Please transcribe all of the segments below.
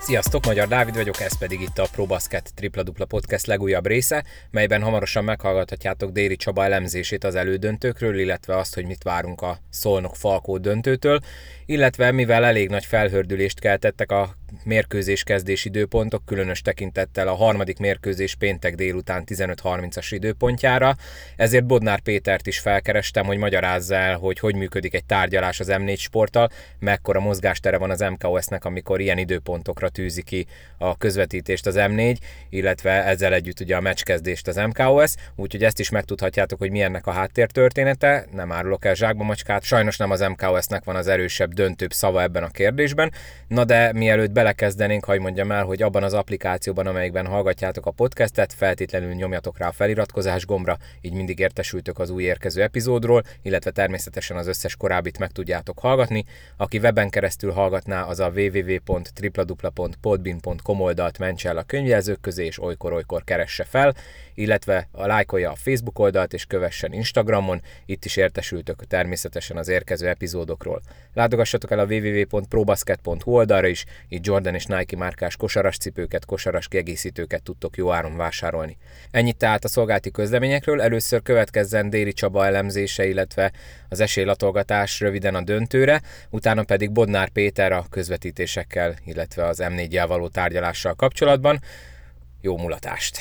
Sziasztok, Magyar Dávid vagyok, ez pedig itt a ProBasket Tripla-Dupla Podcast legújabb része, melyben hamarosan meghallgathatjátok Déri Csaba elemzését az elődöntőkről, illetve azt, hogy mit várunk a Szolnok-Falkó döntőtől, illetve mivel elég nagy felhördülést keltettek a mérkőzés kezdés időpontok, különös tekintettel a harmadik mérkőzés péntek délután 15:30-as időpontjára, ezért Bodnár Pétert is felkerestem, hogy magyarázza el, hogy működik egy tárgyalás az M4 Sporttal, mekkora mozgástere van az MKOS-nek, amikor ilyen időpontokra tűzi ki a közvetítést az M4, illetve ezzel együtt ugye a meccskezdést az MKOS, úgyhogy ezt is megtudhatjátok, hogy milyennek a háttértörténete, nem árulok el zsákba macskát, sajnos nem az MKOS-nek van az erősebb, döntőbb szava ebben a kérdésben, na de mielőtt belekezdenénk, hadd mondjam el, hogy abban az applikációban, amelyikben hallgatjátok a podcastet, feltétlenül nyomjatok rá a feliratkozás gombra, így mindig értesültök az új érkező epizódról, illetve természetesen az összes korábbit meg tudjátok hallgatni. Aki weben keresztül hallgatná, az a www.tripladupla.podbean.com oldalt mentse el a könyvjelzők közé, és olykor-olykor keresse fel, illetve lájkolja a Facebook oldalt, és kövessen Instagramon, itt is értesültök természetesen az érkező epizódokról. Látogassatok el a www.probasket.hu oldalra is, itt Jordan és Nike márkás kosaras cipőket, kosaras kiegészítőket tudtok jó áron vásárolni. Ennyit tehát a szolgálati közleményekről, először következzen Déri Csaba elemzése, illetve az esélylatolgatás röviden a döntőre, utána pedig Bodnár Péter a közvetítésekkel, illetve az M4-jel való tárgyalással kapcsolatban. Jó mulatást!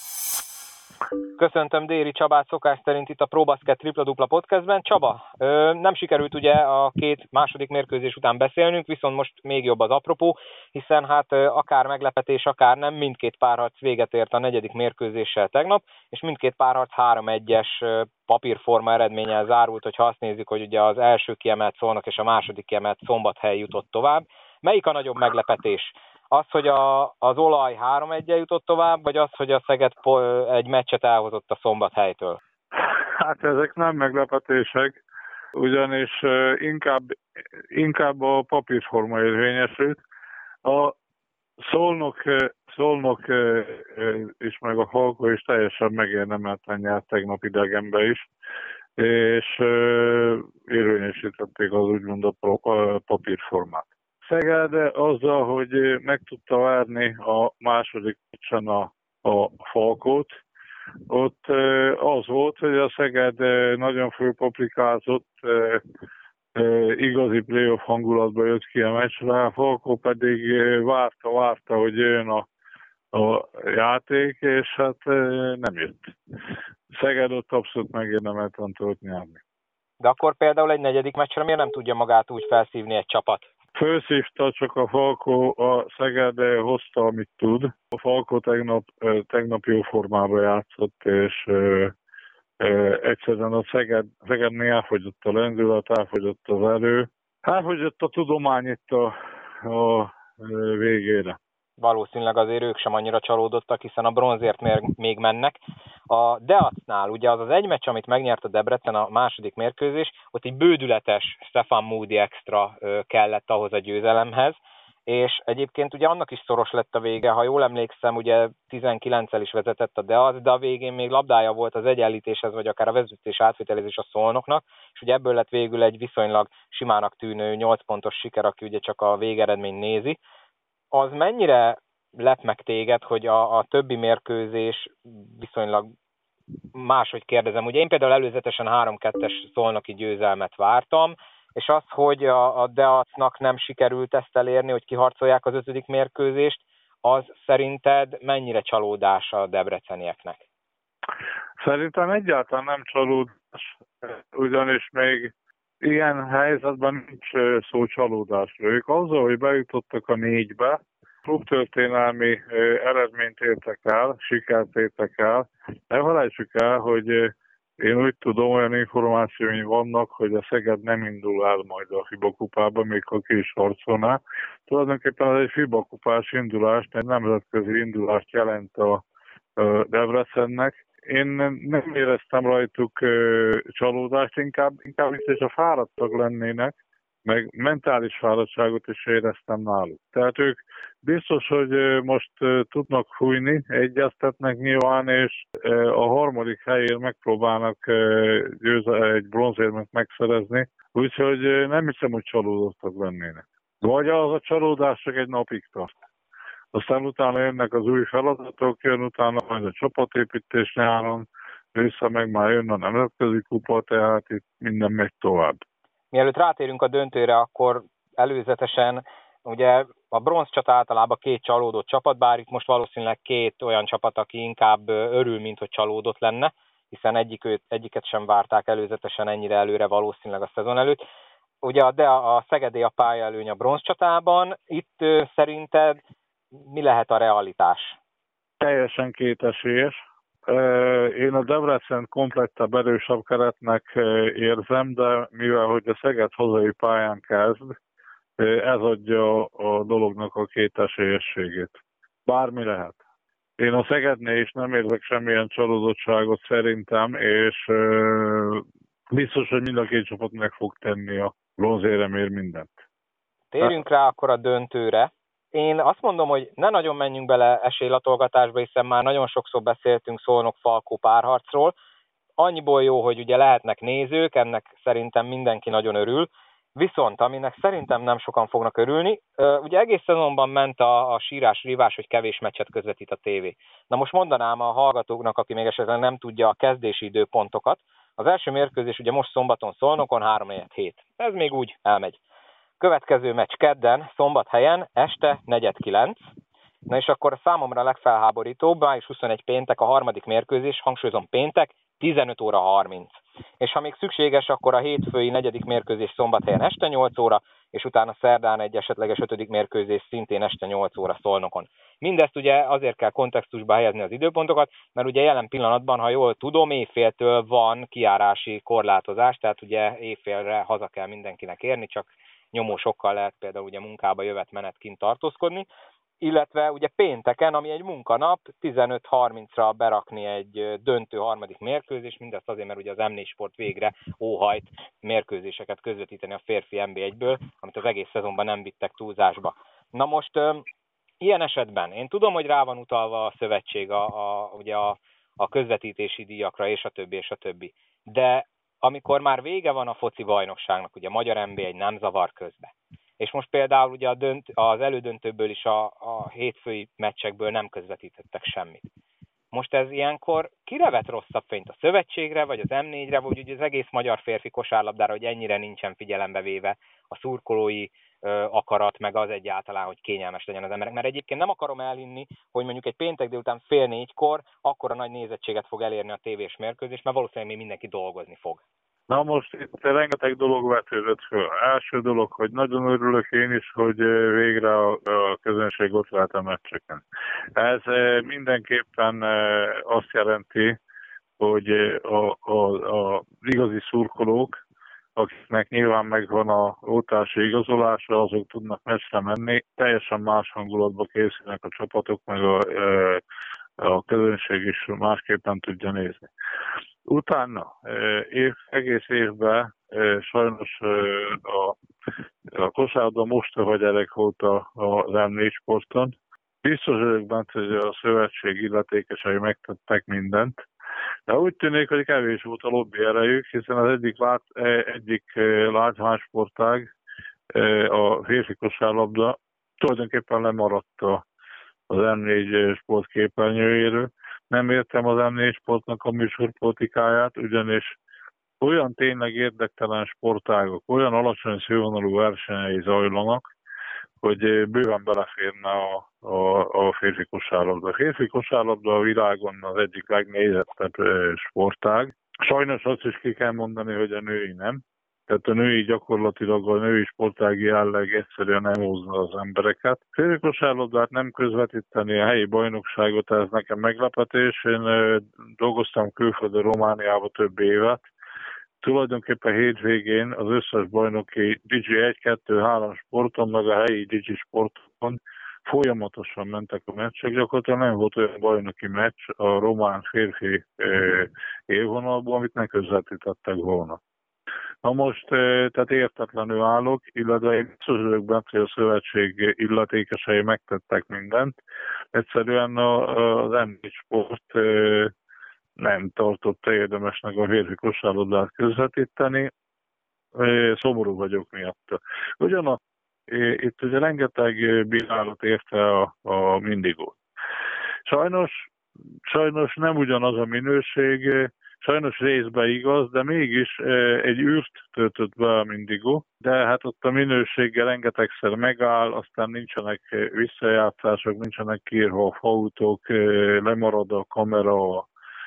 Köszöntöm Déri Csabát szokás szerint itt a ProBasket Tripla-Dupla Podcastben. Csaba, nem sikerült ugye a két második mérkőzés után beszélnünk, viszont most még jobb az apropó, hiszen hát akár meglepetés, akár nem, mindkét párharc véget ért a negyedik mérkőzéssel tegnap, és mindkét párharc 3-1-es papírforma eredménnyel zárult, hogyha azt nézzük, hogy ugye az első kiemelt Szolnok és a második kiemelt Szombathely jutott tovább. Melyik a nagyobb meglepetés? Az, hogy az Olaj 3-1-jel jutott tovább, vagy az, hogy a Szeged egy meccset elhozott a Szombathelytől? Hát ezek nem meglepetések, ugyanis inkább a papírforma érvényesült. A Szolnok és meg a Falkó is teljesen megérdemelten nyert tegnap idegenbe is, és érvényesítették az úgymond a papírformát. Szeged azzal, hogy meg tudta várni a második meccsen a Falkót, ott az volt, hogy a Szeged nagyon fölpaprikázott, igazi playoff hangulatba jött ki a meccsre, a Falkó pedig várta, hogy jön a játék, és hát nem jött. Szeged ott abszolút megérdemelten tudott nyerni. De akkor például egy negyedik meccsre miért nem tudja magát úgy felszívni egy csapat? Fölszívta, csak a Falkó, a Szeged hozta, amit tud. A Falkó tegnap jó formában játszott, és egyszerűen a Szegednél elfogyott a lendület, elfogyott az erő. Elfogyott a tudomány itt a végére. Valószínűleg azért ők sem annyira csalódottak, hiszen a bronzért még mennek. A Deacnál ugye az egy meccs, amit megnyert a Debrecen, a második mérkőzés, ott egy bődületes Stefan Moody extra kellett ahhoz a győzelemhez, és egyébként ugye annak is szoros lett a vége, ha jól emlékszem, ugye 19-el is vezetett a Deac, de a végén még labdája volt az egyenlítéshez, vagy akár a vezetés átvitelezés a Szolnoknak, és ugye ebből lett végül egy viszonylag simának tűnő 8 pontos siker, aki ugye csak a végeredményt nézi. Az mennyire lep meg téged, hogy a többi mérkőzés viszonylag máshogy kérdezem. Ugye én például előzetesen 3-2-es szolnoki győzelmet vártam, és az, hogy a Deacnak nem sikerült ezt elérni, hogy kiharcolják az 5. mérkőzést, az szerinted mennyire csalódás a debrecenieknek? Szerintem egyáltalán nem csalódás, ugyanis még ilyen helyzetben nincs szó csalódásra. Ők azzal, hogy bejutottak a 4-be, klubtörténelmi eredményt értek el, sikert értek el. Ne felejtsük el, hogy én úgy tudom, olyan információim vannak, hogy a Szeged nem indul el majd a FIBA kupába, még ha ki is harcolná. Tulajdonképpen ez egy FIBA kupás indulás, egy nemzetközi indulást jelent a Debrecennek. Én nem éreztem rajtuk csalódást, inkább is a fáradtak lennének, meg mentális fáradtságot is éreztem náluk. Tehát ők biztos, hogy most tudnak fújni, egyeztetnek nyilván, és a harmadik helyén megpróbálnak egy bronzérmet megszerezni, úgyhogy nem hiszem, hogy csalódottak lennének. Vagy az a csalódás csak egy napig tart. Aztán utána jönnek az új feladatok, jön utána majd a csapatépítés nyáron, vissza meg már jön a nemzetközi kupa, tehát itt minden megy tovább. Mielőtt rátérünk a döntőre, akkor előzetesen ugye a bronzcsata általában 2 csalódott csapat, bár itt most valószínűleg 2 olyan csapat, aki inkább örül, mint hogy csalódott lenne, hiszen egyiket sem várták előzetesen ennyire előre valószínűleg a szezon előtt. Ugye de a Szegedé a pályaelőny a bronzcsatában, itt szerinted mi lehet a realitás? Teljesen kétesélyes. Én a Debrecen komplettebb, erősebb keretnek érzem, de mivel hogy a Szeged hazai pályán kezd, ez adja a dolognak a kétesélyességét. Bármi lehet. Én a Szegednél is nem érzek semmilyen csalódottságot szerintem, és biztos, hogy mind a 2 csapat meg fog tenni a bronzéremért mindent. Térjünk rá akkor a döntőre. Én azt mondom, hogy ne nagyon menjünk bele esélylatolgatásba, hiszen már nagyon sokszor beszéltünk Szolnok-Falkó párharcról. Annyiból jó, hogy ugye lehetnek nézők, ennek szerintem mindenki nagyon örül. Viszont, aminek szerintem nem sokan fognak örülni, ugye egész szezonban ment a sírás-rívás, hogy kevés meccset közvetít a tévé. Na most mondanám a hallgatóknak, aki még esetleg nem tudja a kezdési időpontokat. Az első mérkőzés ugye most szombaton Szolnokon 3-7. Ez még úgy elmegy. Következő meccs kedden, Szombathelyen, este 4:09. Na és akkor számomra legfelháborítóbb, május 21 péntek a harmadik mérkőzés, hangsúlyozom péntek, 15:30. És ha még szükséges, akkor a hétfői 4. mérkőzés Szombathelyen este 8 óra, és utána szerdán egy esetleges 5. mérkőzés szintén este 8 óra Szolnokon. Mindezt ugye azért kell kontextusba helyezni az időpontokat, mert ugye jelen pillanatban, ha jól tudom, éjféltől van kijárási korlátozás, tehát ugye éjfélre haza kell mindenkinek érni, csak nyomósokkal lehet például ugye munkába jövet menetként tartózkodni, illetve ugye pénteken, ami egy munkanap, 15:30-ra berakni egy döntő harmadik mérkőzés, mindezt azért, mert ugye az M4 Sport végre óhajt mérkőzéseket közvetíteni a férfi NB1-ből, amit az egész szezonban nem vittek túlzásba. Na most ilyen esetben, én tudom, hogy rá van utalva a szövetség ugye a közvetítési díjakra, és a többi, de amikor már vége van a foci bajnokságnak, ugye a Magyar NB1 nem zavar közbe. És most például ugye az elődöntőből is a hétfői meccsekből nem közvetítettek semmit. Most ez ilyenkor kire vet rosszabb fényt? A szövetségre, vagy az M4-re, vagy ugye az egész magyar férfi kosárlabdára, hogy ennyire nincsen figyelembe véve a szurkolói akarat, meg az egyáltalán, hogy kényelmes legyen az emberek. Mert egyébként nem akarom elhinni, hogy mondjuk egy péntek délután 3:30 akkora nagy nézettséget fog elérni a tévés mérkőzés, mert valószínűleg még mindenki dolgozni fog. Na most itt rengeteg dolog vetődött föl. Első dolog, hogy nagyon örülök én is, hogy végre a közönség ott lehet a meccseken. Ez mindenképpen azt jelenti, hogy az igazi szurkolók, akiknek nyilván megvan a oltási igazolása, azok tudnak meccsre menni, teljesen más hangulatba készülnek a csapatok, meg a közönség is másképpen tudja nézni. Utána egész évben sajnos a kosárlabda mostoha gyerek volt az M4 Sporton. Biztos vagyok benne, hogy a szövetség illetékesei megtettek mindent, de úgy tűnik, hogy kevés volt a lobby erejük, hiszen az egyik látványsportág, a férfi kosárlabda tulajdonképpen lemaradt az M4 Sport képernyőjéről. Nem értem az M4 Sportnak a műsorpolitikáját, ugyanis olyan tényleg érdektelen sportágok, olyan alacsony színvonalú versenyei zajlanak, hogy bőven beleférne a férfi kosárlabda. A férfi kosárlabda a világon az egyik legnézettebb sportág. Sajnos azt is ki kell mondani, hogy a női nem. Tehát a női gyakorlatilag a női sportági jelleg egyszerűen nem hozza az embereket. Férfi kosárlabdát nem közvetíteni a helyi bajnokságot, ez nekem meglepetés. Én dolgoztam külföldön Romániában több évet. Tulajdonképpen hétvégén az összes bajnoki Digi 1, 2, 3 sporton, meg a helyi Digi sporton folyamatosan mentek a meccsek. Gyakorlatilag nem volt olyan bajnoki meccs a román férfi élvonalban, amit ne közvetítettek volna. Na most, tehát értetlenül állok, illetve én biztos vagyok benne, hogy a szövetség illetékesei megtettek mindent. Egyszerűen az M4 Sport nem tartotta érdemesnek a férfi kosárlabdát közvetíteni. Szomorú vagyok miatt. itt ugye rengeteg bírálat érte a Mindigót. Sajnos nem ugyanaz a minőség, sajnos részben igaz, de mégis egy űrt töltött be a Mindigo, de hát ott a minőséggel rengetegszer megáll, aztán nincsenek visszajátszások, nincsenek kiírva a fautók, lemarad a kamera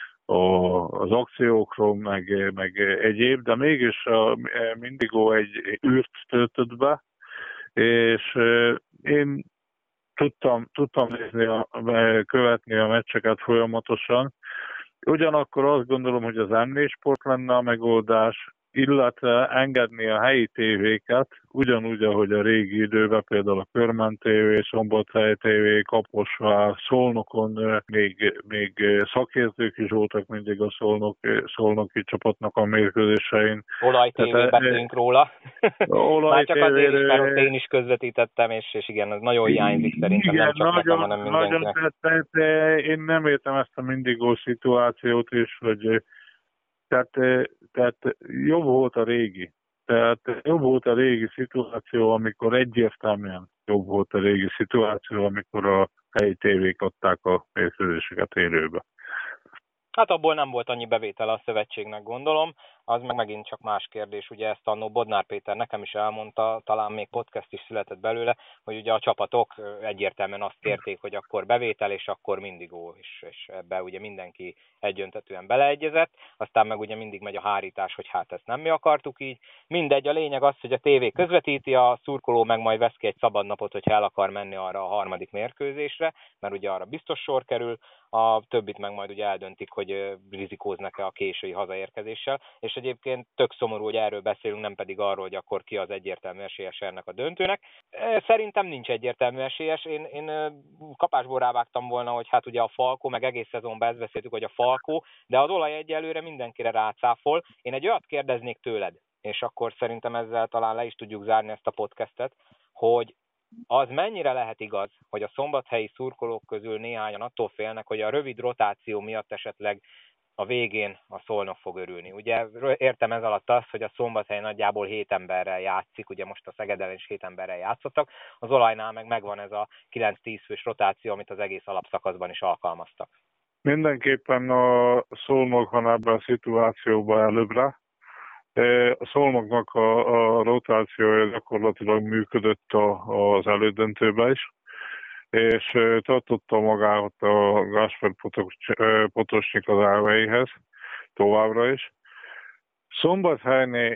az akciókról, meg egyéb, de mégis a Mindigo egy űrt töltött be, és én tudtam nézni, követni a meccseket folyamatosan. Ugyanakkor azt gondolom, hogy az M4 Sport lenne a megoldás, illetve engedni a helyi tévéket, ugyanúgy, ahogy a régi időben, például a Körmend TV, Szombathely TV, Kaposvár, Szolnokon még szakértők is voltak mindig a szolnoki csapatnak a mérkőzésein. Olaj TV, beszélünk róla. Már csak azért is, mert ott én is közvetítettem, és igen, az nagyon hiányzik szerintem, igen, nem csak nekem, hanem mindenkinek. Én nem értem ezt a Mindigó szituációt is, hogy tehát jobb volt a régi. Tehát jobb volt a régi szituáció, amikor egyértelműen jobb volt a régi szituáció, amikor a helyi tévék adták a mérkőzéseket élőbe. Hát abból nem volt annyi bevétele a szövetségnek, gondolom. Az meg megint csak más kérdés. Ugye ezt annó Bodnár Péter nekem is elmondta, talán még podcast is született belőle, hogy ugye a csapatok egyértelműen azt kérték, hogy akkor bevétel, és akkor Mindigó, és ebbe ugye mindenki egyöntetően beleegyezett. Aztán meg ugye mindig megy a hárítás, hogy hát ezt nem mi akartuk így. Mindegy, a lényeg az, hogy a tévé közvetíti, a szurkoló meg majd vesz ki egy szabad napot, hogyha el akar menni arra a harmadik mérkőzésre, mert ugye arra biztos sor kerül, a többit meg majd ugye eldöntik, hogy rizikóznak-e a késői hazaérkezéssel, és egyébként tök szomorú, hogy erről beszélünk, nem pedig arról, hogy akkor ki az egyértelmű esélyes ennek a döntőnek. Szerintem nincs egyértelmű esélyes. Én kapásból rávágtam volna, hogy hát ugye a Falco, meg egész szezonban ezt beszéltük, hogy a Falco, de az olaj egyelőre mindenkire rácáfol. Én egy olyat kérdeznék tőled, és akkor szerintem ezzel talán le is tudjuk zárni ezt a podcastet, hogy az mennyire lehet igaz, hogy a szombathelyi szurkolók közül néhányan attól félnek, hogy a rövid rotáció miatt esetleg a végén a Szolnok fog örülni. Ugye értem ez alatt azt, hogy a Szombathely nagyjából 7 emberrel játszik, ugye most a Szegeden is 7 emberrel játszottak, az olajnál meg megvan ez a 9-10 fős rotáció, amit az egész alapszakaszban is alkalmaztak. Mindenképpen a Szolnok van ebben a szituációban előbbre. A Szolnoknak a rotációja gyakorlatilag működött az elődöntőben is, és tartotta magához a Gáspár Potosnyik az elveihez továbbra is. Szombathelynél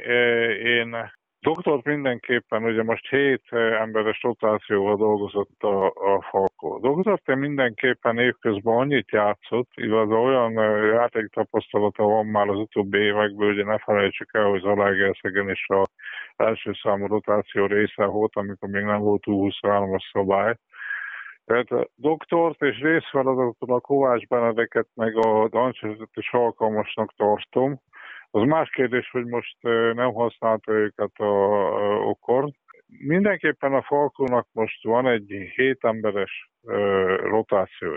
én Doktort mindenképpen, ugye most 7 emberes rotációval dolgozott a Falco. Doktort mindenképpen évközben annyit játszott, illetve olyan játéktapasztalata van már az utóbbi évekből, ugye ne felejtsük el, hogy Zalaegerszegen is az első számú rotáció része volt, amikor még nem volt U23-as szabály. Tehát a Doktort és részfeladatot a Kovács Benedeket meg a Dancsözet is alkalmasnak tartom. Az más kérdés, hogy most nem használta őket a Okord. Mindenképpen a Falkónak most van egy 7 emberes rotáció.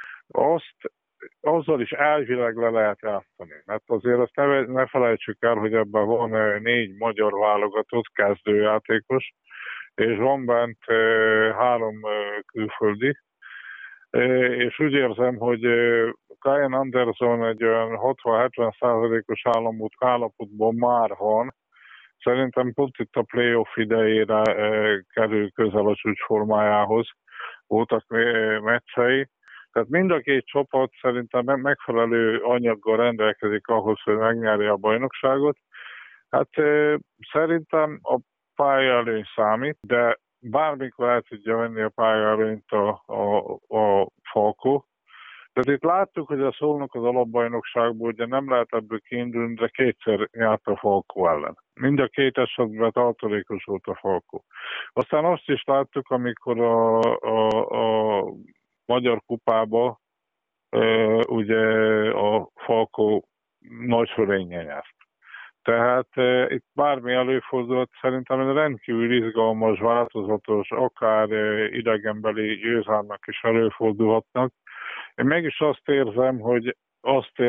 Azzal is elvileg le lehet játszani. Mert azért azt ne felejtsük el, hogy ebben van 4 magyar válogatott kezdőjátékos, és van bent 3 külföldi. És úgy érzem, hogy Kyan Anderson egy olyan 60-70%-os állapotban már van. Szerintem pont itt a playoff idejére kerül közel a csúcsformájához. Voltak meccsei. Tehát mind a két csapat szerintem megfelelő anyaggal rendelkezik ahhoz, hogy megnyerje a bajnokságot. Hát szerintem a pályaelőny számít, de bármikor el tudja venni a pályaelőnyt a Falco. Tehát itt láttuk, hogy a Szolnok az alapbajnokságból, ugye nem lehet ebből kiindulni, de 2-szer járt a Falco ellen. Mind a 2 esetben tartalékos volt a Falco. Aztán azt is láttuk, amikor a Magyar Kupába ugye a Falco nagy fölénnyel nyert. Tehát itt bármi előfordult, szerintem ez rendkívül izgalmas, változatos, akár idegenbeli győzelmek is előfordulhatnak. Én mégis azt érzem,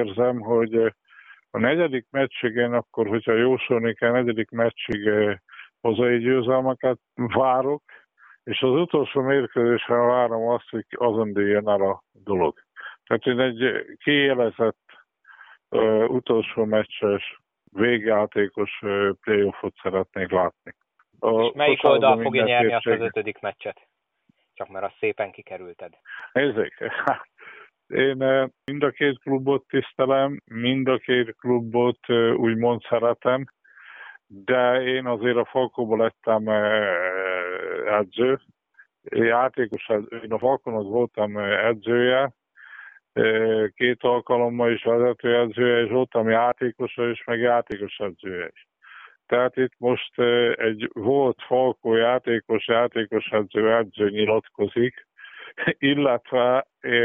hogy a negyedik meccsig, akkor, hogyha jósolni kell, negyedik meccsig hazai győzelmeket várok, és az utolsó mérkőzésen várom azt, hogy azon dőljön el a dolog. Tehát én egy kiélezett utolsó meccses, végjátékos playoffot szeretnék látni. És melyik oldal fogja nyerni azt az 5. meccset? Csak mert azt szépen kikerülted. Nézzék, én mind a két klubot tisztelem, mind a két klubot úgymond szeretem, de én azért a Falkóban lettem edző. Én a Falkónak voltam edzője, 2 alkalommal is vezetőedzője, és voltam játékosa is, meg játékos edzője is. Tehát itt most egy volt Falkó játékos edző nyilatkozik, illetve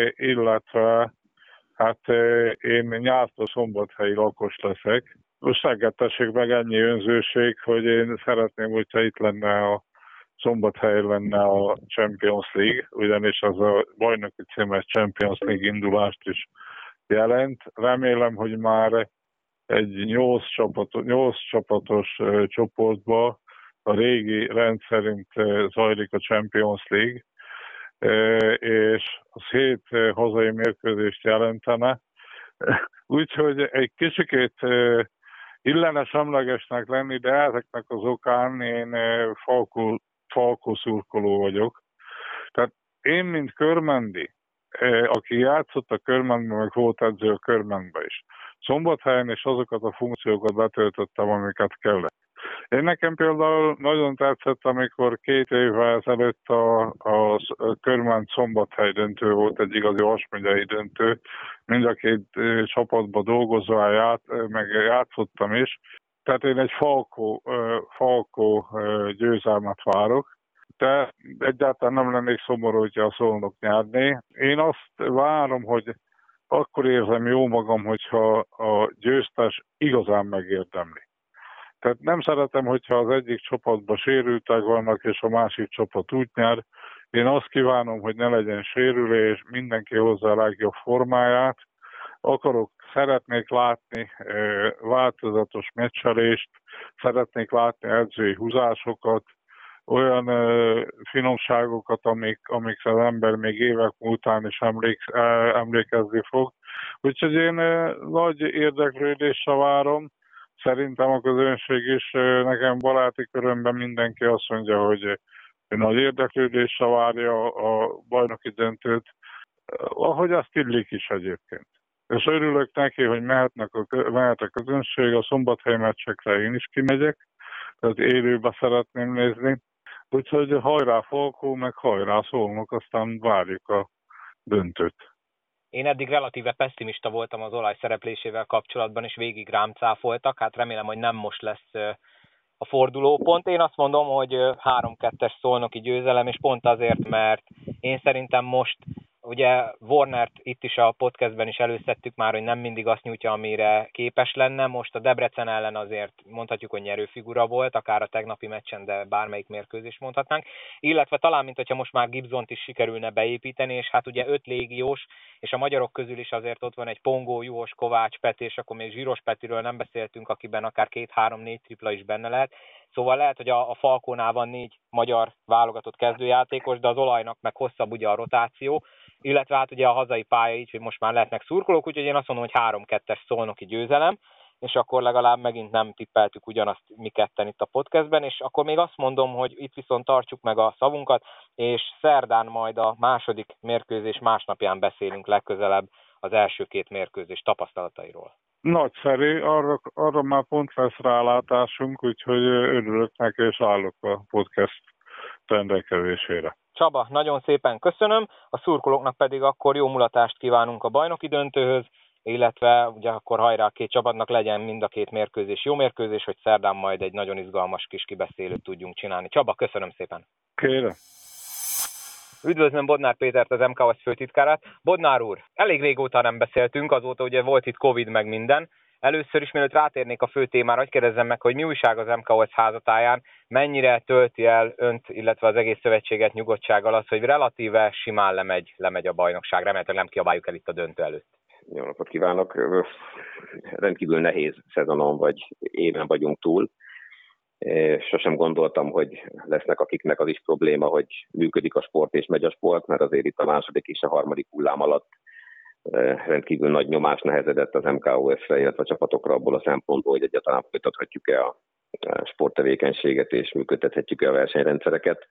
hát én nyártól szombathelyi lakos leszek. Most engedtessék meg ennyi önzőség, hogy én szeretném, hogyha itt lenne a Szombathely lenne a Champions League, ugyanis az a bajnoki címes Champions League indulást is jelent. Remélem, hogy már egy 8 csapatos csoportban a régi rendszerint zajlik a Champions League, és az 7 hazai mérkőzést jelentene. Úgyhogy egy kicsikét illene semlegesnek lenni, de ezeknek az okán én Falkó szurkoló vagyok. Tehát én, mint Körmendi, aki játszott a Körmendben, meg volt edző a Körmendben is, Szombathelyen is azokat a funkciókat betöltöttem, amiket kellett. Én nekem például nagyon tetszett, amikor 2 évvel ezelőtt a Körmend Szombathely döntő volt, egy igazi vasmegyei döntő. Mind a 2 csapatban dolgozva meg játszottam is. Tehát én egy Falkó győzelmet várok, de egyáltalán nem lennék szomorú, hogyha a Szolnok nyerné. Én azt várom, hogy akkor érzem jó magam, hogyha a győztes igazán megérdemli. Tehát nem szeretem, hogyha az egyik csapatban sérültek vannak, és a másik csapat úgy nyer. Én azt kívánom, hogy ne legyen sérülés, mindenki hozza a legjobb formáját. Szeretnék látni változatos meccselést, szeretnék látni edzői húzásokat, olyan finomságokat, amikre az ember még évek után is emlékezni fog. Úgyhogy én nagy érdeklődéssel várom. Szerintem a közönség is, nekem baráti körömben mindenki azt mondja, hogy nagy érdeklődéssel várja a bajnoki döntőt, ahogy azt illik is egyébként. És örülök neki, hogy mehet a közönség, a szombathelyi meccsekre én is kimegyek, tehát élőbe szeretném nézni. Úgyhogy hajrá Falkó, meg hajrá Szolnok, aztán várjuk a döntőt. Én eddig relatíve pessimista voltam az Olaj szereplésével kapcsolatban, és végig rám cáfoltak. Hát remélem, hogy nem most lesz a fordulópont. Én azt mondom, hogy 3-2-es szolnoki győzelem, és pont azért, mert én szerintem most, ugye Warnert itt is a podcastben is előszedtük már, hogy nem mindig azt nyújtja, amire képes lenne. Most a Debrecen ellen azért mondhatjuk, hogy nyerőfigura volt, akár a tegnapi meccsen, de bármelyik mérkőzés mondhatnánk. Illetve talán, mint hogyha most már Gibsont is sikerülne beépíteni, és hát ugye 5 légiós, és a magyarok közül is azért ott van egy Pongó, Juhos, Kovács, Peti, és akkor még Zsíros Petiről nem beszéltünk, akiben akár 2-3-4 tripla is benne lehet. Szóval lehet, hogy a Falkónál van 4 magyar válogatott kezdőjátékos, de az Olajnak meg hosszabb ugye a rotáció, illetve hát ugye a hazai pálya így, hogy most már lehetnek szurkolók, úgyhogy én azt mondom, hogy 3-2-es szolnoki győzelem, és akkor legalább megint nem tippeltük ugyanazt mi ketten itt a podcastben, és akkor még azt mondom, hogy itt viszont tartsuk meg a szavunkat, és szerdán majd a második mérkőzés másnapján beszélünk legközelebb az első 2 mérkőzés tapasztalatairól. Nagyszerű, arra már pont lesz rálátásunk, úgyhogy örülök neki, és állok a podcast rendelkezésére. Csaba, nagyon szépen köszönöm, a szurkolóknak pedig akkor jó mulatást kívánunk a bajnoki döntőhöz, illetve ugye akkor hajrá a 2 csapatnak, legyen mind a 2 mérkőzés jó mérkőzés, hogy szerdán majd egy nagyon izgalmas kis kibeszélőt tudjunk csinálni. Csaba, köszönöm szépen! Kérem! Üdvözlöm Bodnár Pétert, az MKOS főtitkárát. Bodnár úr, elég régóta nem beszéltünk, azóta ugye volt itt Covid meg minden. Először is, mielőtt rátérnék a fő témára, hogy kérdezzem meg, hogy mi újság az MKOS házatáján, mennyire tölti el önt, illetve az egész szövetséget nyugodtsággal az, hogy relatíve simán lemegy a bajnokság, remélhetőleg nem kiabáljuk el itt a döntő előtt. Jó napot kívánok! Rendkívül nehéz szezonon vagy éven vagyunk túl. Sosem gondoltam, hogy lesznek akiknek az is probléma, hogy működik a sport és megy a sport, mert azért itt a második és a harmadik hullám alatt rendkívül nagy nyomás nehezedett az MKOS-re, illetve a csapatokra abból a szempontból, hogy egyáltalán folytathatjuk-e a sporttevékenységet és működtethetjük-e a versenyrendszereket.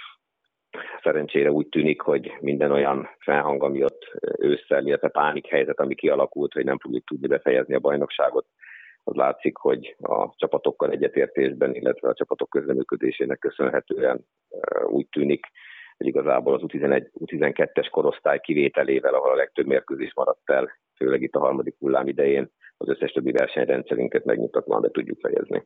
Szerencsére úgy tűnik, hogy minden olyan felhang, ami ott ősszel, illetve pánikhelyzet, ami kialakult, hogy nem fogjuk tudni befejezni a bajnokságot, az látszik, hogy a csapatokkal egyetértésben, illetve a csapatok közreműködésének köszönhetően úgy tűnik, hogy igazából az U12-es korosztály kivételével, ahol a legtöbb mérkőzés maradt el, főleg itt a harmadik hullám idején, az összes többi versenyrendszerünket megnyugtatóan be tudjuk fejezni.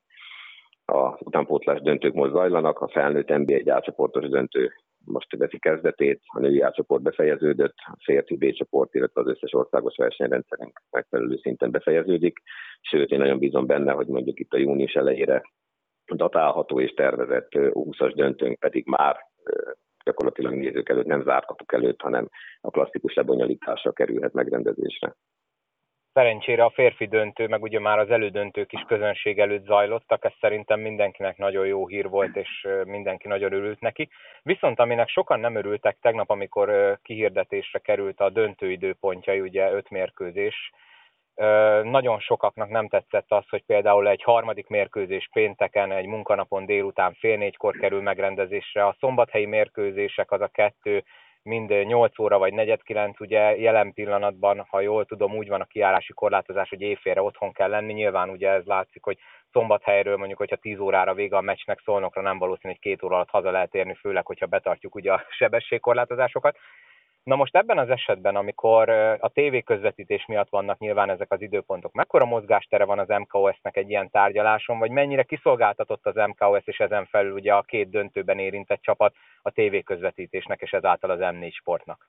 A utánpótlás döntők most zajlanak, a felnőtt NB1 átcsoportos döntő most veszi kezdetét, a női átcsoport befejeződött, a férfi B csoport, illetve az összes országos versenyrendszerünk megfelelő szinten befejeződik, sőt én nagyon bízom benne, hogy mondjuk itt a június elejére datálható és tervezett 20-as döntőnk pedig már gyakorlatilag nézők előtt, nem zárt kapuk előtt, hanem a klasszikus lebonyolításra kerülhet megrendezésre. Szerencsére a férfi döntő, meg ugye már az elődöntők is közönség előtt zajlottak, ez szerintem mindenkinek nagyon jó hír volt, és mindenki nagyon örült neki. Viszont aminek sokan nem örültek tegnap, amikor kihirdetésre került a döntő időpontjai, ugye 5 mérkőzés, nagyon sokaknak nem tetszett az, hogy például egy harmadik mérkőzés pénteken, egy munkanapon délután 3:30 kerül megrendezésre, a szombathelyi mérkőzések, az a 2, mind 8 óra vagy 8:45, ugye jelen pillanatban, ha jól tudom, úgy van a kijárási korlátozás, hogy éjfélre otthon kell lenni, nyilván ugye ez látszik, hogy Szombathelyről mondjuk, hogyha 10 órára vége a meccsnek, Szolnokra nem valószínű, hogy 2 óra alatt haza lehet érni, főleg, hogyha betartjuk ugye a sebességkorlátozásokat. Na most ebben az esetben, amikor a tévéközvetítés miatt vannak nyilván ezek az időpontok, mekkora mozgástere van az MKOS-nek egy ilyen tárgyaláson, vagy mennyire kiszolgáltatott az MKOS, és ezen felül ugye a 2 döntőben érintett csapat a tévéközvetítésnek, és ezáltal az M4 Sportnak?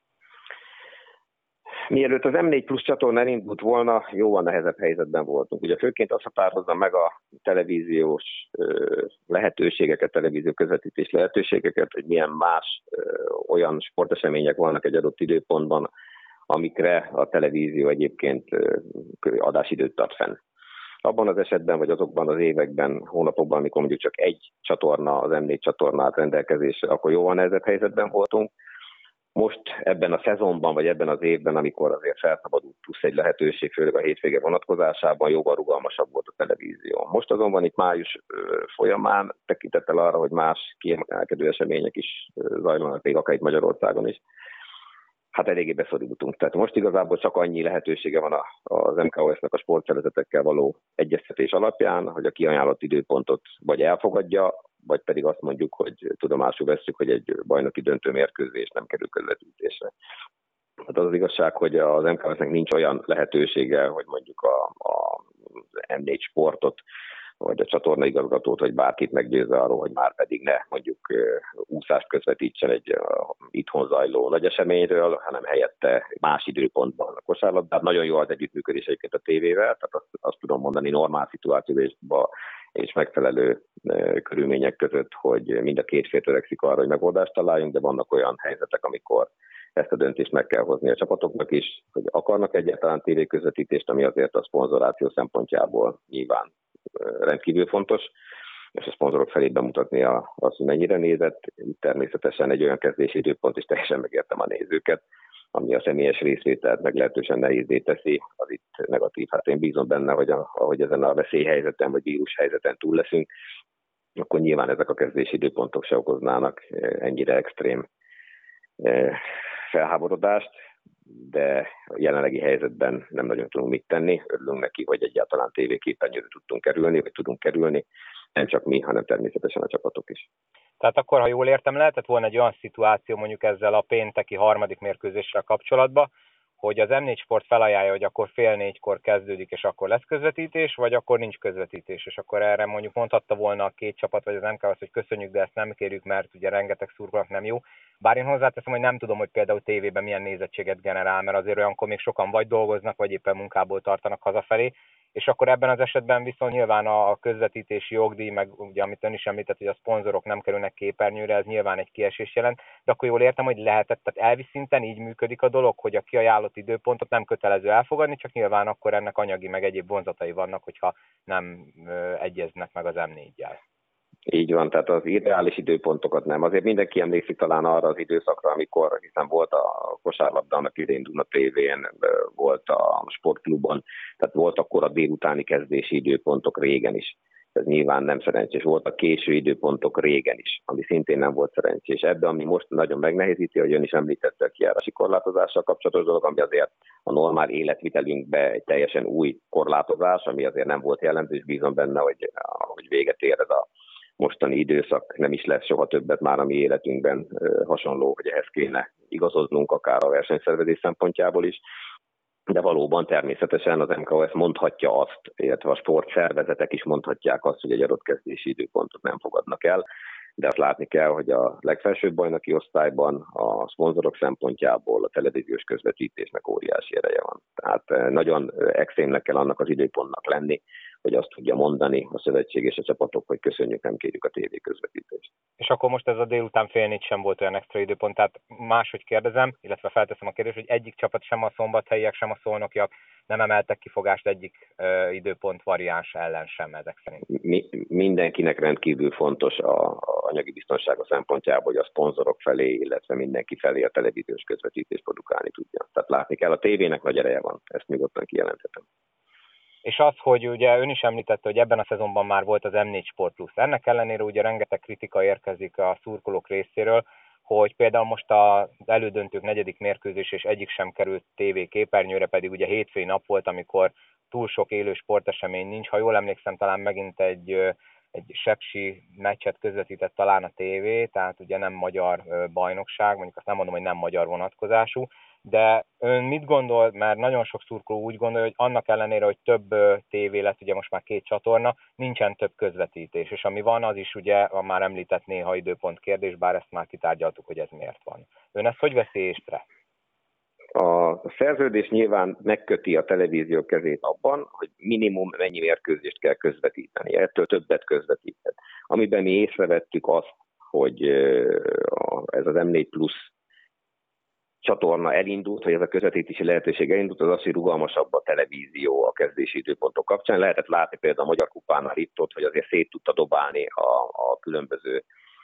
Mielőtt az M4 Plus csatorna elindult volna, jóval nehezebb helyzetben voltunk. Ugye főként azt határozza meg a televíziós lehetőségeket, televízió közvetítés lehetőségeket, hogy milyen más olyan sportesemények vannak egy adott időpontban, amikre a televízió egyébként adásidőt tart fenn. Abban az esetben, vagy azokban az években, hónapokban, amikor mondjuk csak egy csatorna, az M4 csatornát rendelkezésre, akkor jóval nehezebb helyzetben voltunk. Most ebben a szezonban, vagy ebben az évben, amikor azért felszabadult plusz egy lehetőség, főleg a hétvége vonatkozásában, jóval rugalmasabb volt a televízió. Most azonban itt május folyamán, tekintettel arra, hogy más kiemelkedő események is zajlanak, még akár itt Magyarországon is, hát eléggé beszorultunk. Tehát most igazából csak annyi lehetősége van az MKOS-nek a sportszervezetekkel való egyeztetés alapján, hogy a kiajánlott időpontot vagy elfogadja, vagy pedig azt mondjuk, hogy tudomásul vesszük, hogy egy bajnoki döntő mérkőzés nem kerül közvetítésre. Hát az igazság, hogy az MKOS-nek nincs olyan lehetősége, hogy mondjuk az M4 Sportot, vagy a csatornaigazgatót, vagy bárkit meggyőzze arról, hogy már pedig ne mondjuk úszást közvetítsen egy itthon zajló nagy eseményről, hanem helyette más időpontban a kosárlabdában. Nagyon jó az együttműködés egyébként a tévével, tehát azt tudom mondani normál szituációban és megfelelő körülmények között, hogy mind a két fél törekszik arra, hogy megoldást találjunk, de vannak olyan helyzetek, amikor ezt a döntést meg kell hozni a csapatoknak is, hogy akarnak egyáltalán tévéközvetítést, ami azért a szponzoráció szempontjából nyilván rendkívül fontos, és a szponzorok felé bemutatni azt, hogy mennyire nézett. Természetesen egy olyan kezdési időpont is teljesen megértem a nézőket, ami a személyes részvételt meglehetősen nehézé teszi, az itt negatív. Hát én bízom benne, hogy ahogy ezen a veszélyhelyzeten vagy vírushelyzeten túl leszünk, akkor nyilván ezek a kezdési időpontok se okoznának ennyire extrém felháborodást, de a jelenlegi helyzetben nem nagyon tudunk mit tenni. Örülünk neki, hogy egyáltalán tévéképernyőre tudtunk kerülni, vagy tudunk kerülni, nem csak mi, hanem természetesen a csapatok is. Tehát akkor, ha jól értem, lehetett volna egy olyan szituáció mondjuk ezzel a pénteki harmadik mérkőzéssel kapcsolatban, hogy az M4 Sport felajánlja, hogy akkor 3:30 kezdődik, és akkor lesz közvetítés, vagy akkor nincs közvetítés, és akkor erre mondjuk mondhatta volna a két csapat, vagy az MKOS, hogy köszönjük, de ezt nem kérjük, mert ugye rengeteg szurkolónak nem jó. Bár én hozzáteszem, hogy nem tudom, hogy például tévében milyen nézettséget generál, mert azért olyankor még sokan vagy dolgoznak, vagy éppen munkából tartanak hazafelé, és akkor ebben az esetben viszont nyilván a közvetítési jogdíj, meg ugye amit ön is említett, hogy a szponzorok nem kerülnek képernyőre, ez nyilván egy kiesés jelent, de akkor jól értem, hogy lehetett, tehát elvi szinten így működik a dolog, hogy a kiajánlott időpontot nem kötelező elfogadni, csak nyilván akkor ennek anyagi meg egyéb vonzatai vannak, hogyha nem egyeznek meg az M4-jel. Így van, tehát az ideális időpontokat nem. Azért mindenki emlékszik talán arra az időszakra, amikor, hiszen volt a kosárlabda, annak idén Duna TV-n, volt a sportklubon, tehát volt akkor a délutáni kezdési időpontok régen is. Ez nyilván nem szerencsés. Voltak késő időpontok régen is, ami szintén nem volt szerencsés. Ebben, ami most nagyon megnehezíti, hogy ön is említette a kijárási korlátozással kapcsolatos dolog, ami azért a normál életvitelünkbe egy teljesen új korlátozás, ami azért nem volt jellemző, és bízom benne, hogy véget ér ez a mostani időszak, nem is lesz soha többet már a mi életünkben hasonló, hogy ehhez kéne igazodnunk, akár a versenyszervezés szempontjából is. De valóban természetesen az MKOS mondhatja azt, illetve a sportszervezetek is mondhatják azt, hogy egy adott kezdési időpontot nem fogadnak el, de azt látni kell, hogy a legfelsőbb bajnoki osztályban a szponzorok szempontjából a televíziós közvetítésnek óriási ereje van. Tehát nagyon extrémnek kell annak az időpontnak lenni, hogy azt tudja mondani a szövetség és a csapatok, hogy köszönjük, nem kérjük a tévé közvetítést. És akkor most ez a délután 3:30 sem volt olyan extra időpont, tehát máshogy kérdezem, illetve felteszem a kérdést, hogy egyik csapat, sem a szombathelyiek, sem a szolnokiak nem emeltek kifogást egyik időpont variáns ellen sem ezek szerint. Mindenkinek rendkívül fontos a anyagi biztonsága szempontjából, hogy a szponzorok felé, illetve mindenki felé a televíziós közvetítést produkálni tudja. Tehát látni kell, a tévének nagy ereje van, ezt nyugodtan kijelenthetem. És az, hogy ugye ön is említette, hogy ebben a szezonban már volt az M4 Sport Plus. Ennek ellenére ugye rengeteg kritika érkezik a szurkolók részéről, hogy például most az elődöntők 4. mérkőzés és egyik sem került TV képernyőre, pedig ugye hétfői nap volt, amikor túl sok élő sportesemény nincs. Ha jól emlékszem, talán megint egy sepsi meccset közvetített talán a tévé, tehát ugye nem magyar bajnokság, mondjuk azt nem mondom, hogy nem magyar vonatkozású, de ön mit gondol, mert nagyon sok szurkoló úgy gondolja, hogy annak ellenére, hogy több tévé lett, ugye most már 2 csatorna, nincsen több közvetítés, és ami van, az is ugye a már említett néha időpont kérdés, bár ezt már kitárgyaltuk, hogy ez miért van. Ön ezt hogy veszi észre? A szerződés nyilván megköti a televízió kezét abban, hogy minimum mennyi mérkőzést kell közvetíteni. Ettől többet közvetíthet. Amiben mi észrevettük azt, hogy ez az M4 Plus csatorna elindult, hogy ez a közvetítési lehetőség elindult, az az, hogy rugalmasabb a televízió a kezdési időpontok kapcsán. Lehetett látni például a Magyar Kupánál itt-ott, hogy azért szét tudta dobálni a különböző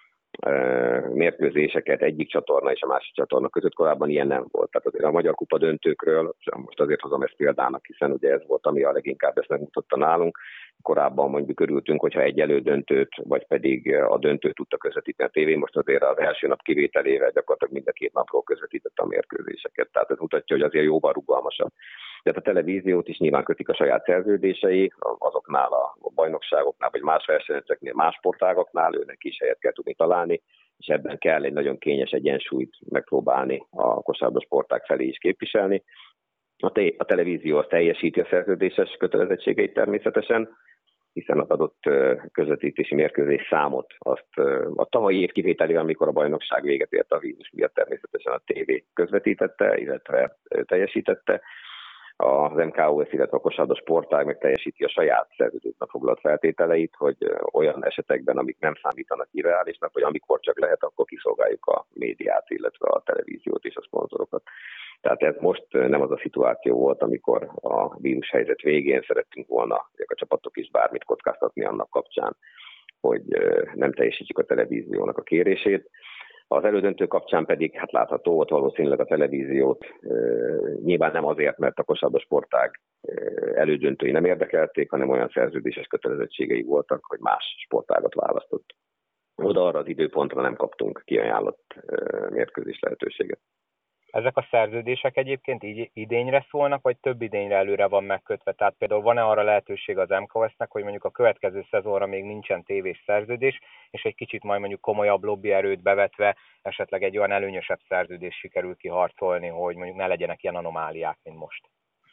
mérkőzéseket egyik csatorna és a másik csatorna között, korábban ilyen nem volt. Tehát azért a Magyar Kupa döntőkről, most azért hozom ezt példának, hiszen ugye ez volt, ami a leginkább ezt megmutatta nálunk. Korábban mondjuk örültünk, hogyha egy elődöntőt, vagy pedig a döntőt tudta közvetíteni a tévé, most azért az első nap kivételével gyakorlatilag mind a 2 napról közvetítette a mérkőzéseket. Tehát ez mutatja, hogy azért jóval rugalmasabb. Tehát a televíziót is nyilván kötik a saját szerződései, azoknál a bajnokságoknál, vagy más versenyeknél, más sportágaknál őnek is helyet kell tudni találni, és ebben kell egy nagyon kényes egyensúlyt megpróbálni a kosárlabda sportág felé is képviselni. A televízió az teljesíti a szerződéses kötelezettségeit természetesen, hiszen az adott közvetítési mérkőzés számot azt a tavalyi év kivételével, amikor a bajnokság véget ért a vírus miatt természetesen a tévé közvetítette, illetve teljesítette. Az MKOS, illetve a kosárlabda sportág meg teljesíti a saját szerződésben foglalt feltételeit, hogy olyan esetekben, amik nem számítanak irreálisnak, vagy amikor csak lehet, akkor kiszolgáljuk a médiát, illetve a televíziót és a szponzorokat. Tehát ez most nem az a szituáció volt, amikor a vírushelyzet végén szerettünk volna a csapatok is bármit kockáztatni annak kapcsán, hogy nem teljesítjük a televíziónak a kérését. Az elődöntő kapcsán pedig hát látható volt valószínűleg a televíziót, nyilván nem azért, mert a kosárlabda sportág elődöntői nem érdekelték, hanem olyan szerződéses kötelezettségei voltak, hogy más sportágat választott. Oda arra az időpontra nem kaptunk kiajánlott mérkőzés lehetőséget. Ezek a szerződések egyébként így idényre szólnak, vagy több idényre előre van megkötve? Tehát például van-e arra lehetőség az MKOS-nek, hogy mondjuk a következő szezonra még nincsen tévés szerződés, és egy kicsit majd mondjuk komolyabb lobbyerőt bevetve esetleg egy olyan előnyösebb szerződés sikerül kiharcolni, hogy mondjuk ne legyenek ilyen anomáliák, mint most?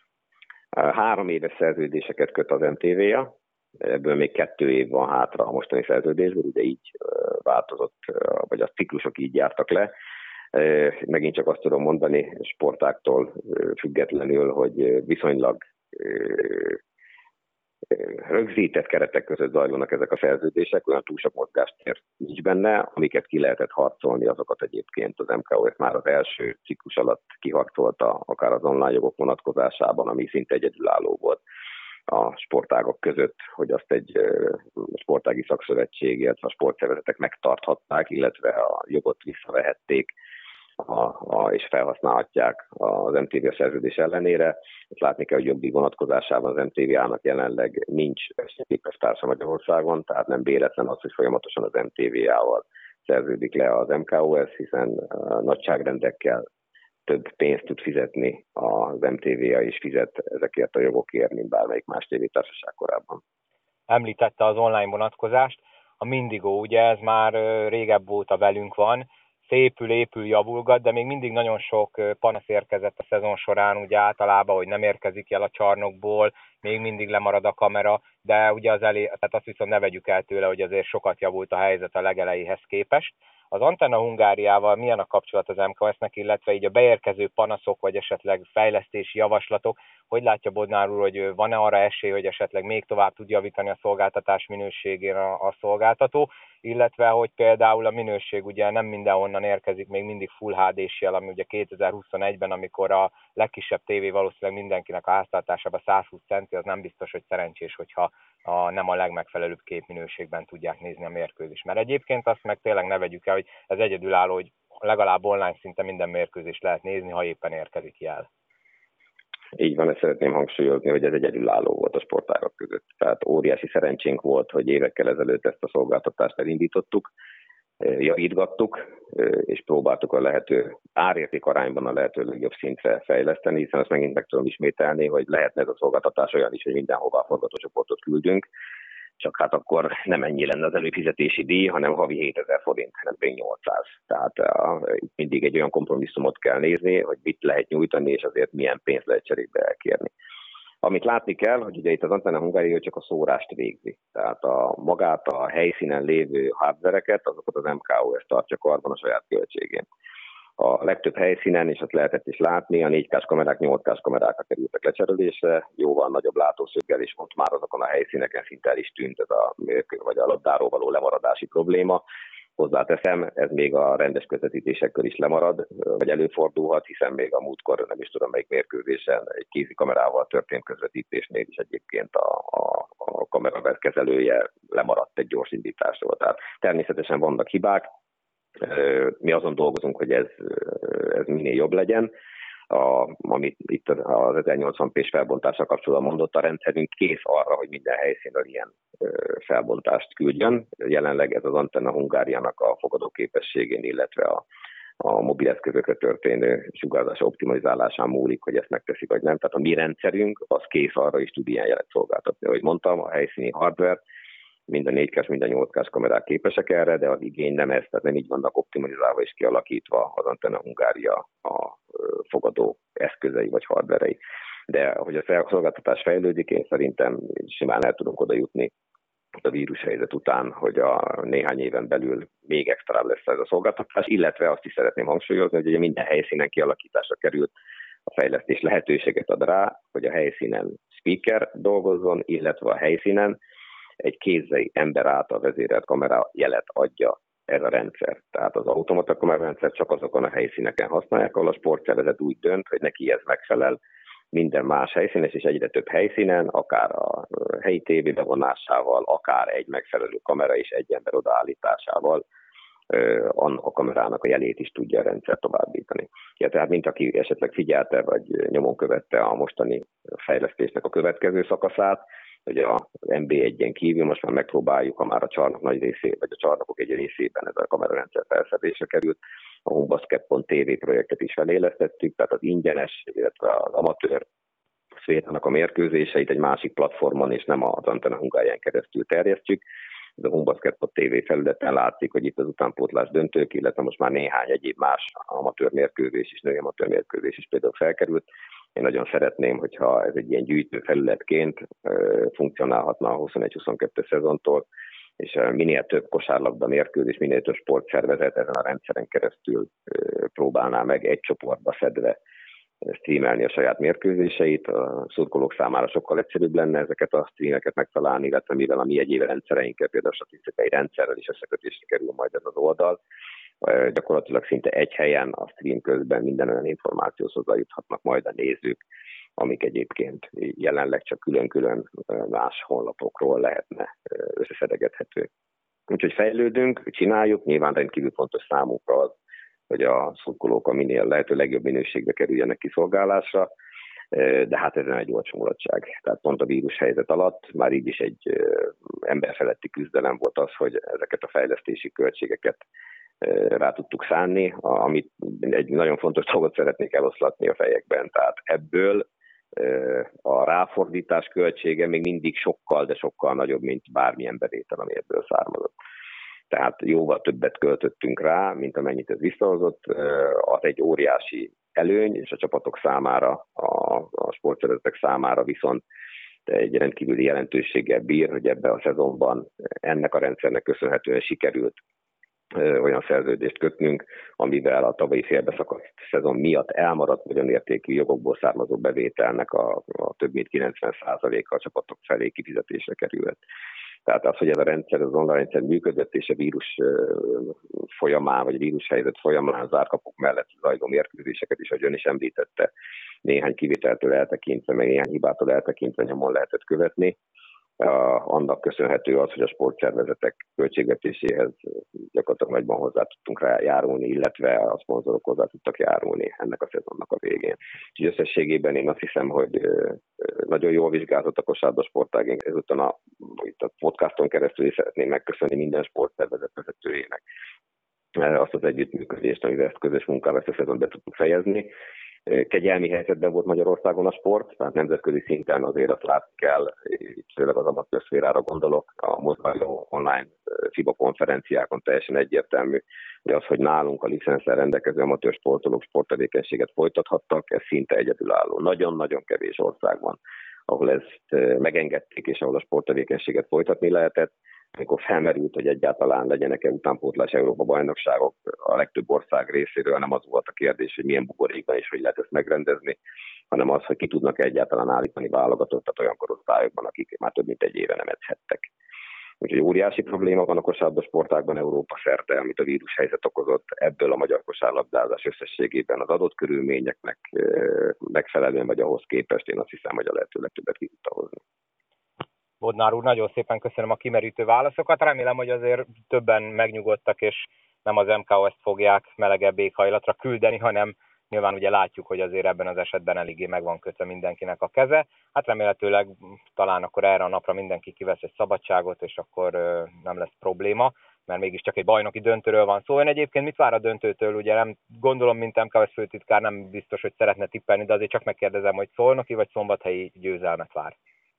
3 éves szerződéseket köt az MTV-ja, ebből még 2 év van hátra a mostani szerződésből, ugye így változott, vagy a ciklusok így jártak le. Megint csak azt tudom mondani sportáktól függetlenül, hogy viszonylag rögzített keretek között zajlanak ezek a szerződések, olyan túl sok mozgástér nincs benne, amiket ki lehetett harcolni, azokat egyébként az MKOS már az első ciklus alatt kiharcolta, akár az online jogok vonatkozásában, ami szinte egyedülálló volt. a sportágok között, hogy azt egy sportági szakszövetség, illetve a sportszervezetek megtarthatnák, illetve a jogot visszavehették és felhasználhatják az MTV szerződés ellenére. Ezt látni kell, hogy jogi vonatkozásában az MTVA-nak jelenleg nincs versenyképes Magyarországon, tehát nem véletlen az, hogy folyamatosan az MTVA-val szerződik le az MKOS, hiszen nagyságrendekkel több pénzt tud fizetni az MTVA, és fizet ezekért a jogokért, mint bármelyik más tévétársaság korábban. Említette az online vonatkozást. A Mindigo, ugye ez már régebb óta velünk van, épül, javulgat, de még mindig nagyon sok panasz érkezett a szezon során, ugye általában, hogy nem érkezik el a csarnokból, még mindig lemarad a kamera, de ugye tehát azt viszont ne vegyük el tőle, hogy azért sokat javult a helyzet a legelejéhez képest. Az Antenna Hungáriával milyen a kapcsolat az MKS-nek, illetve így a beérkező panaszok, vagy esetleg fejlesztési javaslatok, hogy látja Bodnár úr, hogy van-e arra esély, hogy esetleg még tovább tud javítani a szolgáltatás minőségén a szolgáltató, illetve hogy például a minőség ugye nem mindenhonnan érkezik még mindig Full HD-s jel, ami ugye 2021-ben, amikor a legkisebb tévé valószínűleg mindenkinek a háztartásában 120 centi, az nem biztos, hogy szerencsés, hogyha nem a legmegfelelőbb képminőségben tudják nézni a mérkőzést. Mert egyébként azt meg tényleg ne vegyük el, hogy ez egyedülálló, hogy legalább online szinten minden mérkőzést lehet nézni, ha éppen érkezik jel. Így van, ezt szeretném hangsúlyozni, hogy ez egyedülálló volt a sportágak között. Tehát óriási szerencsénk volt, hogy évekkel ezelőtt ezt a szolgáltatást elindítottuk, javítgattuk, és próbáltuk a lehető árérték arányban a lehető legjobb szintre fejleszteni, hiszen azt megint meg tudom ismételni, hogy lehetne ez a szolgáltatás olyan is, hogy mindenhová forgatócsoportot küldünk, csak hát akkor nem ennyi lenne az előfizetési díj, hanem havi 7000 forint, nem pedig 800. Tehát mindig egy olyan kompromisszumot kell nézni, hogy mit lehet nyújtani, és azért milyen pénzt lehet cserébe elkérni. Amit látni kell, hogy ugye itt az Antenna Hungária csak a szórást végzi. Tehát magát a helyszínen lévő hardvereket, azokat az MKOS tartja karban a saját költségén. A legtöbb helyszínen, és azt lehetett is látni, a 4K-s kamerák 8K-s kamerákra kerültek lecserélésre, jóval nagyobb látószöggel, és ott már azokon a helyszíneken szinte el is tűnt ez a labdáról való lemaradási probléma. Hozzáteszem, ez még a rendes közvetítésekkel is lemarad, vagy előfordulhat, hiszen még a múltkor, nem is tudom melyik mérkőzésen, egy kézi kamerával történt közvetítésnél is egyébként a kamera kezelője lemaradt egy gyors indításról. Tehát természetesen vannak hibák, mi azon dolgozunk, hogy ez minél jobb legyen. Amit itt az 1080p-s felbontással kapcsolatban mondott, a rendszerünk kész arra, hogy minden helyszínről ilyen felbontást küldjön. Jelenleg ez az Antenna Hungáriának a fogadóképességén, illetve a mobileszközökre történő sugárzás optimalizálásán múlik, hogy ezt megteszik, vagy nem. Tehát a mi rendszerünk az kész arra is tud ilyen jelet szolgáltatni. Ahogy mondtam, a helyszíni hardware, mind a 4K-s, mind a 8K-s kamerák képesek erre, de az igény nem ez, tehát nem így vannak optimalizálva és kialakítva az Antenna Hungária a fogadó eszközei vagy hardverei. De ahogy a szolgáltatás fejlődik, én szerintem simán el tudunk oda jutni a vírushelyzet után, hogy a néhány éven belül még extra lesz ez a szolgáltatás, illetve azt is szeretném hangsúlyozni, hogy ugye minden helyszínen kialakításra került, a fejlesztés lehetőséget ad rá, hogy a helyszínen speaker dolgozzon, illetve a helyszínen egy kézzel ember által vezérelt kamera jelet adja ez a rendszer. Tehát az automata kamerarendszer csak azokon a helyszíneken használják, ahol a sportszervezet úgy dönt, hogy neki ez megfelel. Minden más helyszínen, és egyre több helyszínen, akár a helyi tévé bevonásával, akár egy megfelelő kamera és egy ember odaállításával annak a kamerának a jelét is tudja a rendszer továbbítani. Ja, tehát mint aki esetleg figyelte, vagy nyomon követte a mostani fejlesztésnek a következő szakaszát, hogy a NB1-en kívül most már megpróbáljuk, ha már a csarnok nagy részében, vagy a csarnokok egy részében ez a kamerarendszer felszerelésre került, a Humbasket.tv projektet is felélesztettük, tehát az ingyenes, illetve az amatőr szférának a mérkőzéseit egy másik platformon, és nem az Antenna Hungárián keresztül terjesztjük. Ez a Humbasket.tv felületen látszik, hogy itt az utánpótlás döntők, illetve most már néhány egyéb más amatőr mérkőzés és női amatőr mérkőzés is például felkerült. Én nagyon szeretném, hogyha ez egy ilyen gyűjtő felületként funkcionálhatna a 21-22 szezontól, és minél több kosárlabda mérkőzés, minél több sportszervezet ezen a rendszeren keresztül próbálná meg egy csoportba szedve streamelni a saját mérkőzéseit. A szurkolók számára sokkal egyszerűbb lenne ezeket a streameket megtalálni, illetve mivel a mi egyéb rendszereinkkel, például a statisztikai rendszerrel is összekötésre kerül majd ez az oldal. Gyakorlatilag szinte egy helyen a stream közben minden olyan információhoz hozzájuthatnak majd a nézők, amik egyébként jelenleg csak külön-külön más honlapokról lehetne összeszedegethetők. Úgyhogy fejlődünk, csináljuk, nyilván rendkívül fontos számunkra az, hogy a szurkolók a minél lehető legjobb minőségbe kerüljenek kiszolgálásra, de hát ez nem egy olcsó mulatság. Tehát pont a vírushelyzet alatt már így is egy emberfeletti küzdelem volt az, hogy ezeket a fejlesztési költségeket rá tudtuk szánni, amit egy nagyon fontos dolgot szeretnék eloszlatni a fejekben. Tehát ebből a ráfordítás költsége még mindig sokkal, de sokkal nagyobb, mint bármilyen bevétel, ami ebből származott. Tehát jóval többet költöttünk rá, mint amennyit ez visszahozott. Az egy óriási előny, és a csapatok számára, a sportszervezetek számára viszont egy rendkívüli jelentőséggel bír, hogy ebben a szezonban ennek a rendszernek köszönhetően sikerült olyan szerződést kötnünk, amivel a tavalyi félbeszakadt szezon miatt elmaradt nagyon értékű jogokból származó bevételnek a több mint 90%-a a csapatok felé kifizetésre került. Tehát az, hogy ez a rendszer, az online rendszer működött, és a vírus folyamán, vagy vírushelyzet folyamán zárkapuk mellett zajló mérkőzéseket is, ahogy ön is említette, néhány kivételtől eltekintve, meg néhány hibától eltekintve nyomon lehetett követni. Annak köszönhető az, hogy a sportszervezetek költségvetéséhez gyakorlatilag nagyban hozzá tudtunk járulni, illetve a szponzorok hozzá tudtak járulni ennek a szezonnak a végén. Úgyhogy összességében én azt hiszem, hogy nagyon jól vizsgáltott a kosárlabda sportágunk. Ezután itt a podcaston keresztül is szeretném megköszönni minden sportszervezet vezetőjének azt az együttműködést, amivel ezt közös munkával ezt a szezon be tudtuk fejezni. Kegyelmi helyzetben volt Magyarországon a sport, tehát nemzetközi szinten azért azt látni kell, itt főleg az amatőr szférára gondolok, a mozgáló online FIBA konferenciákon teljesen egyértelmű, de az, hogy nálunk a licenszel rendelkező amatőr sportolók sporttevékenységet folytathattak, ez szinte egyedülálló. Nagyon-nagyon kevés ország van, ahol ezt megengedték, és ahol a sporttevékenységet folytatni lehetett. Amikor felmerült, hogy egyáltalán legyenek-e utánpótlás Európa-bajnokságok, a legtöbb ország részéről nem az volt a kérdés, hogy milyen buborékban és hogy lehet ezt megrendezni, hanem az, hogy ki tudnak egyáltalán állítani válogatottat olyan korosztályokban, akik már több mint egy éve nem edzhettek. Úgyhogy óriási probléma van a kosárlabda sportágban Európa szerte, amit a vírushelyzet okozott. Ebből a magyar kosárlabdázás összességében az adott körülményeknek megfelelően vagy ahhoz képest én azt hiszem, hogy a lehető legtöbbet ki tudta hozni. Bodnár úr, nagyon szépen köszönöm a kimerítő válaszokat. Remélem, hogy azért többen megnyugodtak, és nem az MKOS-t fogják melegebb éghajlatra küldeni, hanem nyilván ugye látjuk, hogy azért ebben az esetben eléggé meg van kötve mindenkinek a keze. Hát remélhetőleg talán akkor erre a napra mindenki kivesz egy szabadságot, és akkor nem lesz probléma, mert mégiscsak egy bajnoki döntőről van szó. Ön egyébként mit vár a döntőtől? Ugye nem gondolom, mint MKOS főtitkár nem biztos, hogy szeretne tippelni, de azért csak megkérdezem, hogy szolnoki vagy szombathelyi győzelmet vár.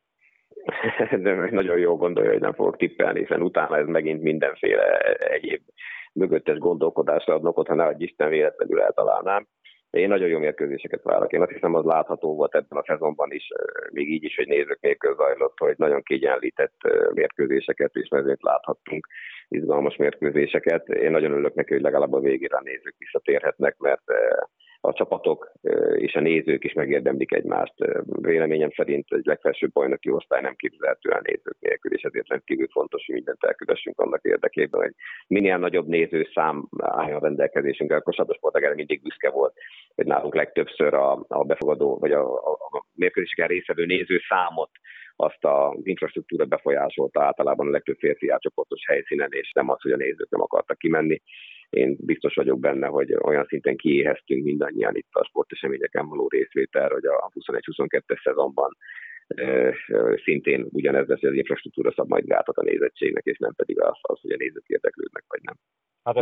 De nagyon jól gondolja, hogy nem fogok tippelni, hiszen utána ez megint mindenféle egyéb mögöttes gondolkodásra adnak ott, ha ne adj Isten véletlenül eltalálnám. De én nagyon jó mérkőzéseket várok. Én azt hiszem, az látható volt ebben a szezonban is, még így is, hogy nézők nélkül zajlott, hogy nagyon kiegyenlített mérkőzéseket és mezőnyt láthattunk, izgalmas mérkőzéseket. Én nagyon örülök neki, hogy legalább a végére a nézők visszatérhetnek, mert a csapatok és a nézők is megérdemlik egymást. Véleményem szerint egy legfelsőbb bajnoki osztály nem képzelhető el nézők nélkül, és ezért rendkívül fontos, hogy mindent elkövessünk annak érdekében, hogy minél nagyobb nézőszám álljon rendelkezésünkre. A kosárlabda sportág erre mindig büszke volt, hogy nálunk legtöbbször a befogadó, vagy a mérkőzéseken résztvevő nézőszámot azt az infrastruktúra befolyásolta általában a legtöbb férfi átcsoportos helyszínen, és nem az, hogy a nézők nem akartak kimenni. Én biztos vagyok benne, hogy olyan szinten kiéheztünk mindannyian itt a sporteseményeken való részvétel, hogy a 21-22-es szezonban szintén ugyanez lesz, hogy az infrastruktúra szab majd gátat a nézettségnek, és nem pedig az, hogy a nézők érdeklődnek, vagy nem. Hát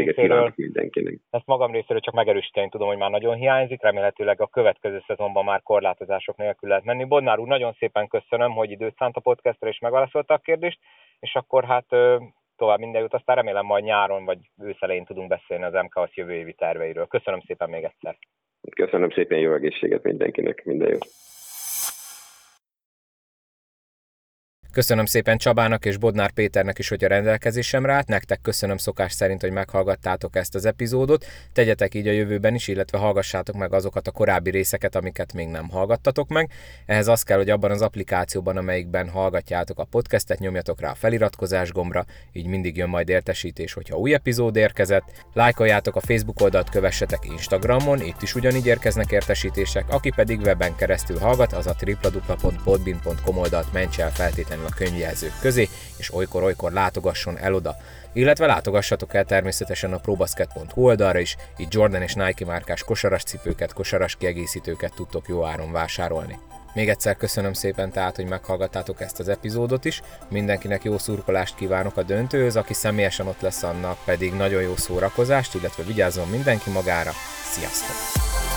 ezt magam részéről csak megerősíteni tudom, hogy már nagyon hiányzik, remélhetőleg a következő szezonban már korlátozások nélkül lehet menni. Bodnár úr, nagyon szépen köszönöm, hogy időt szánt a podcastra és megválaszolta a kérdést, és akkor hát tovább minden jut, aztán remélem majd nyáron vagy őszelején tudunk beszélni az MKOS jövő évi terveiről. Köszönöm szépen még egyszer. Köszönöm szépen, jó egészséget mindenkinek, minden jót. Köszönöm szépen Csabának és Bodnár Péternek is, hogy a rendelkezésemre állt. Nektek köszönöm szokás szerint, hogy meghallgattátok ezt az epizódot. Tegyetek így a jövőben is, illetve hallgassátok meg azokat a korábbi részeket, amiket még nem hallgattatok meg. Ehhez az kell, hogy abban az applikációban, amelyikben hallgatjátok a podcastet, nyomjatok rá a feliratkozás gombra, így mindig jön majd értesítés, hogyha új epizód érkezett. Lájkoljátok a Facebook oldalt, kövessetek Instagramon, itt is ugyanígy érkeznek értesítések, aki pedig weben keresztül hallgat, az a www.podbean.com oldalt mentse el feltétlenül a könyvjelzők közé, és olykor-olykor látogasson el oda. Illetve látogassatok el természetesen a probasket.hu oldalra is, így Jordan és Nike márkás kosaras cipőket, kosaras kiegészítőket tudtok jó áron vásárolni. Még egyszer köszönöm szépen tehát, hogy meghallgattátok ezt az epizódot is, mindenkinek jó szurkolást kívánok a döntőhöz, aki személyesen ott lesz, annak pedig nagyon jó szórakozást, illetve vigyázzon mindenki magára, sziasztok!